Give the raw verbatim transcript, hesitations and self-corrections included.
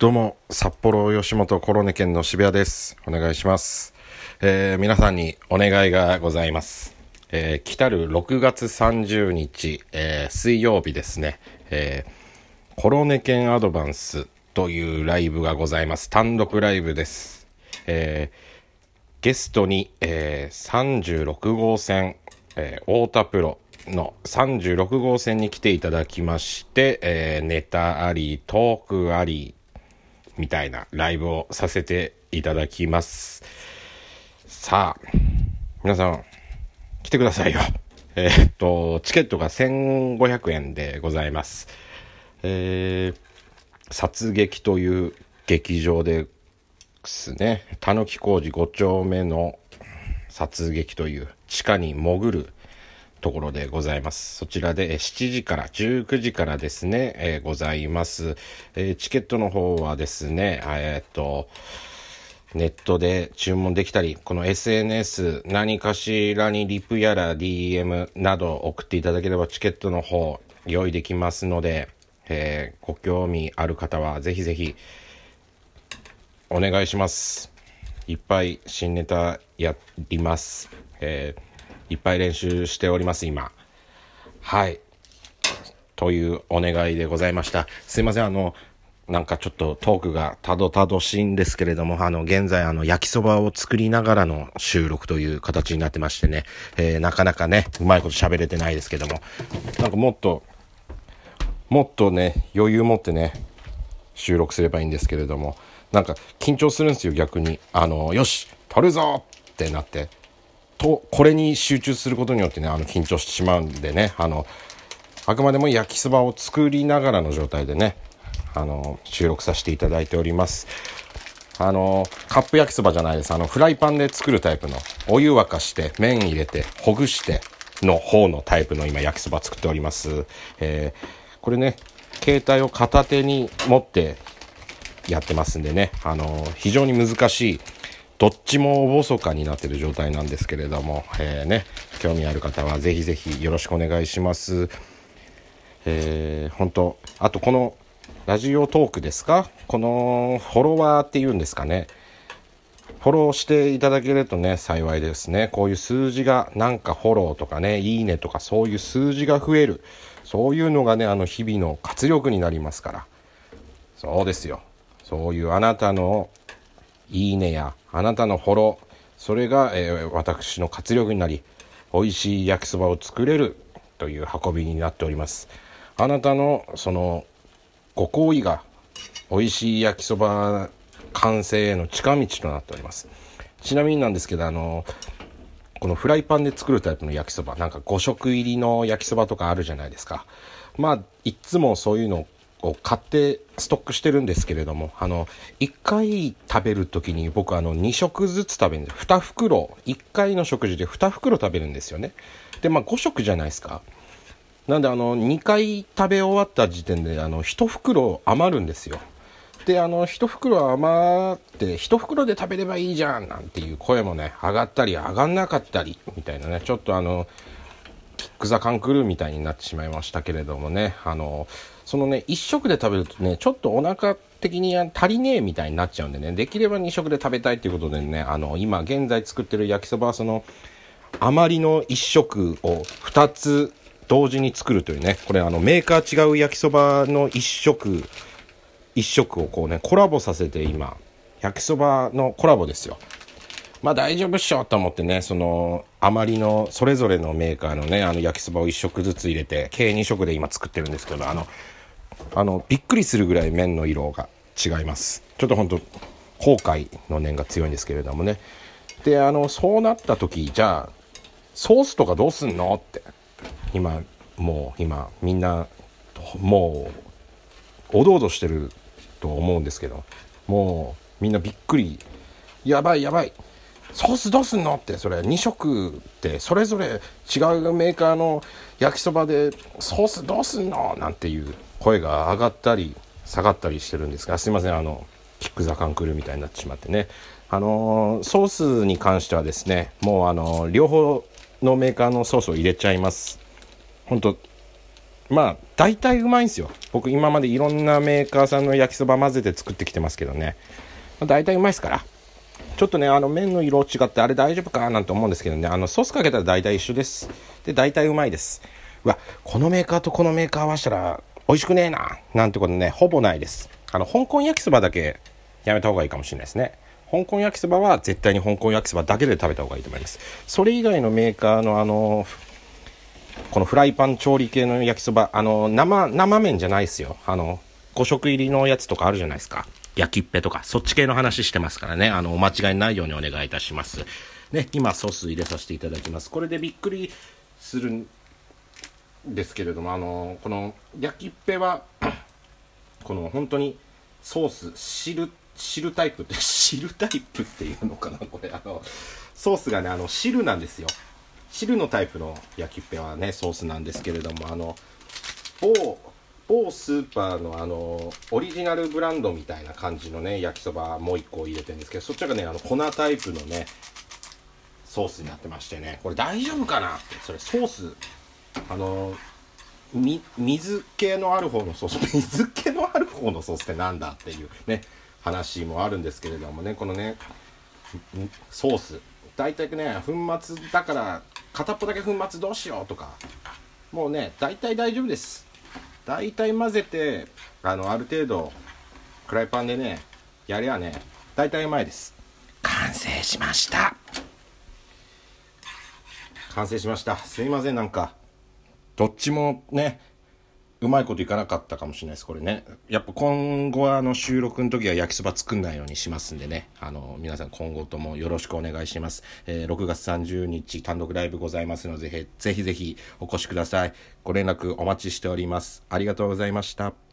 どうも、札幌吉本コロネ県の渋谷です。お願いします。えー、皆さんにお願いがございます。えー、来たるろくがつさんじゅうにち、えー、水曜日ですね、えー、コロネ県アドバンスというライブがございます。単独ライブです。えー、ゲストに、えー、さんじゅうろくごうせん、えー、太田プロのさんじゅうろくごうせんに来ていただきまして、えー、ネタあり、トークあり、みたいなライブをさせていただきます。さあ、皆さん来てくださいよ。えー、っとチケットがせんごひゃくえんでございます。えー、殺撃という劇場ですね。たぬき工事ご丁目の殺撃という地下に潜るところでございます。そちらでしちじからじゅうくじからですね、えー、ございます、えー、チケットの方はですね、えー、っとネットで注文できたり、この エスエヌエス 何かしらにリプやら ディーエム など送っていただければチケットの方用意できますので、えー、ご興味ある方はぜひぜひお願いします。いっぱい新ネタやります。えーいっぱい練習しております今。はいというお願いでございました。すいません、あのなんかちょっとトークがたどたどしいんですけれども、あの現在あの焼きそばを作りながらの収録という形になってましてね、えー、なかなかねうまいこと喋れてないですけども、なんかもっともっとね余裕持ってね収録すればいいんですけれども、なんか緊張するんですよ逆に。あのよし撮るぞってなってとこれに集中することによってね、あの緊張してしまうんでね、あのあくまでも焼きそばを作りながらの状態でね、あの収録させていただいております。あのカップ焼きそばじゃないです。あのフライパンで作るタイプの、お湯沸かして麺入れてほぐしての方のタイプの今焼きそば作っております。えー、これね携帯を片手に持ってやってますんでね、あの非常に難しい、どっちもおぼそかになっている状態なんですけれども、えーね、興味ある方はぜひぜひよろしくお願いします。えー、本当あとこのラジオトークですか、このフォロワーっていうんですかね、フォローしていただけるとね幸いですね。こういう数字がなんかフォローとかね、いいねとかそういう数字が増える、そういうのがねあの日々の活力になりますから。そうですよ、そういうあなたのいいねやあなたのフォロー、それが、えー、私の活力になり、美味しい焼きそばを作れるという運びになっております。あなたのそのご好意が美味しい焼きそば完成への近道となっております。ちなみになんですけど、あのこのフライパンで作るタイプの焼きそば、なんかご食入りの焼きそばとかあるじゃないですか。まあいつもそういうのを買ってストックしてるんですけれども、あのいっかい食べるときに僕あのに食ずつ食べるんです。に袋、いっかいの食事でに袋食べるんですよね。でまあご食じゃないですか。なんであのにかい食べ終わった時点であのいち袋余るんですよ。であのいち袋余っていち袋で食べればいいじゃんなんていう声もね上がったり上がんなかったりみたいなね、ちょっとあのキックザカンクルーみたいになってしまいましたけれどもね、あのそのねいっ食で食べるとねちょっとお腹的に足りねえみたいになっちゃうんでね、できればに食で食べたいということでね、あの今現在作ってる焼きそばはその余りのいっ食をふたつ同時に作るというね、これあのメーカー違う焼きそばのいっ食いっ食をこうねコラボさせて、今焼きそばのコラボですよ。まあ大丈夫っしょと思ってね、その余りのそれぞれのメーカーのねあの焼きそばをいっ食ずつ入れて計に食で今作ってるんですけど、あのあのびっくりするぐらい麺の色が違います。ちょっと本当後悔の念が強いんですけれどもね。であのそうなった時、じゃあソースとかどうすんのって今もう今みんなもうおどおどしてると思うんですけど、もうみんなびっくり、やばいやばいソースどうすんのって、それに食ってそれぞれ違うメーカーの焼きそばでソースどうすんのなんていう声が上がったり下がったりしてるんですが、すいません、あのキックザカンクルみたいになってしまってね。あのー、ソースに関してはですね、もうあのー、両方のメーカーのソースを入れちゃいます。本当まあ大体うまいんですよ。僕今までいろんなメーカーさんの焼きそば混ぜて作ってきてますけどね、まあ、大体うまいですから。ちょっとねあの麺の色違ってあれ大丈夫かなんて思うんですけどね、あのソースかけたら大体一緒です。で大体うまいです。うわこのメーカーとこのメーカー合わせたら美味しくねえななんてことねほぼないです。あの香港焼きそばだけやめた方がいいかもしれないですね。香港焼きそばは絶対に香港焼きそばだけで食べた方がいいと思います。それ以外のメーカーのあのこのフライパン調理系の焼きそば、あの生生麺じゃないですよ。あのご食入りのやつとかあるじゃないですか、焼きっぺとかそっち系の話してますからね、あのお間違いないようにお願いいたしますね。今ソース入れさせていただきます。これでびっくりするんですけれども、あのこの焼きっぺはこの本当にソース汁汁タイプって汁タイプっていうのかな、これあのソースがねあの汁なんですよ。汁のタイプの焼きっぺはねソースなんですけれども、あの某某スーパーのあのオリジナルブランドみたいな感じのね焼きそばもう一個入れてるんですけど、そっちがねあの粉タイプのねソースになってましてね、これ大丈夫かなって。それソースあのみ水気のある方のソース水気のある方のソースってなんだっていうね話もあるんですけれどもね、このねソース大体ね粉末だから片っぽだけ粉末どうしようとかもうね大体大丈夫です。大体混ぜてあのある程度フライパンでねやりゃね大体うまいです。完成しました完成しましたすいません、なんかどっちもねうまいこといかなかったかもしれないです。これねやっぱ今後はあの収録の時は焼きそば作んないようにしますんでね、あの皆さん今後ともよろしくお願いします。えー、ろくがつさんじゅうにち単独ライブございますのでぜひぜひぜひお越しください。ご連絡お待ちしております。ありがとうございました。